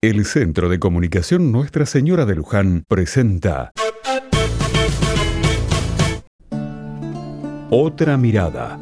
El Centro de Comunicación Nuestra Señora de Luján presenta Otra mirada.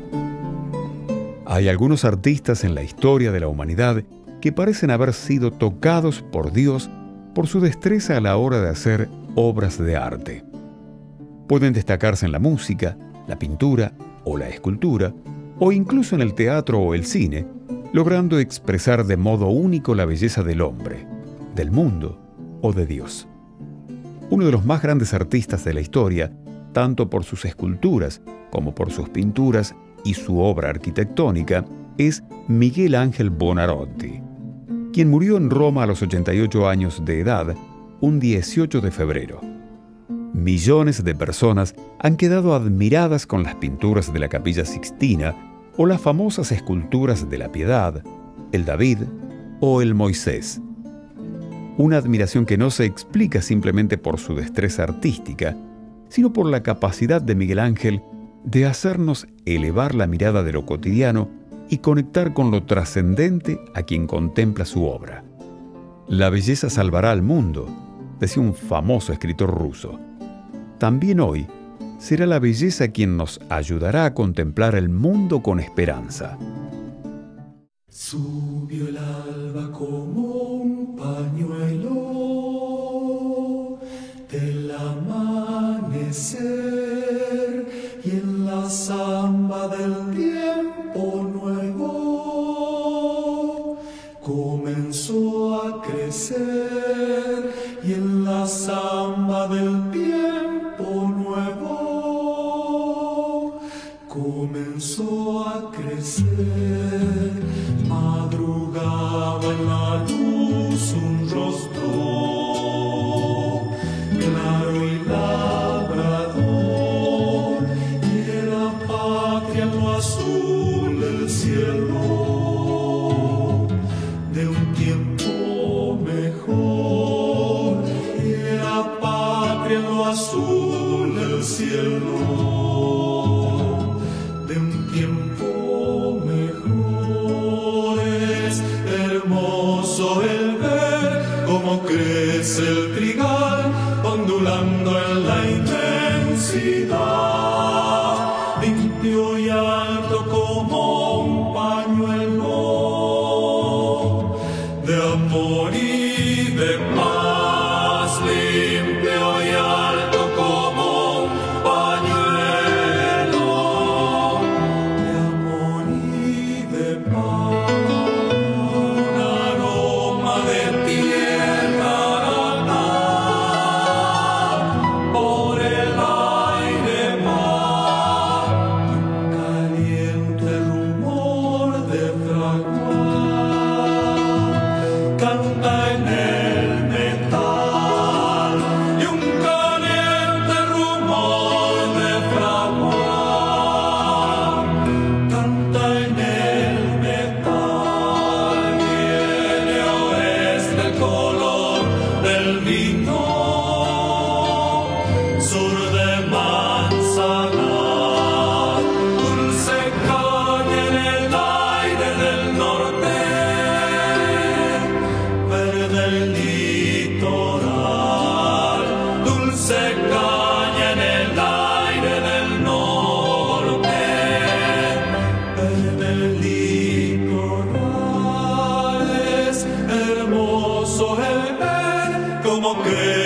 Hay algunos artistas en la historia de la humanidad que parecen haber sido tocados por Dios por su destreza a la hora de hacer obras de arte. Pueden destacarse en la música, la pintura o la escultura, o incluso en el teatro o el cine, logrando expresar de modo único la belleza del hombre, del mundo o de Dios. Uno de los más grandes artistas de la historia, tanto por sus esculturas como por sus pinturas y su obra arquitectónica, es Miguel Ángel Buonarroti, quien murió en Roma a los 88 años de edad, un 18 de febrero. Millones de personas han quedado admiradas con las pinturas de la Capilla Sixtina o las famosas esculturas de la Piedad, el David o el Moisés. Una admiración que no se explica simplemente por su destreza artística, sino por la capacidad de Miguel Ángel de hacernos elevar la mirada de lo cotidiano y conectar con lo trascendente a quien contempla su obra. La belleza salvará al mundo, decía un famoso escritor ruso. También hoy será la belleza quien nos ayudará a contemplar el mundo con esperanza. Subió el alba como un pañuelo del amanecer y en la zamba del tiempo nuevo comenzó a crecer y en la zamba del tiempo nuevo comenzó a crecer. Madrugaba en la luz un rostro claro y labrador y era patria en lo azul del cielo de un tiempo mejor y era patria en lo azul del cielo de un tiempo mejor. Es hermoso el ver cómo crece el trigal ondulando en la inmensidad, limpio y alto como un pañuelo de amor y de paz, limpio y alto como un pañuelo de amor y de paz, un aroma de tierra por el aire va y un caliente rumor de fraguar canta en el metal y un caliente rumor de fraguar canta en el metal. Viene oeste el color del vino, sur de manzana, dulce caña en el aire del norte, verde el litoral, dulce caña en el aire del norte, verde el litoral. Es hermoso el ver cómo crece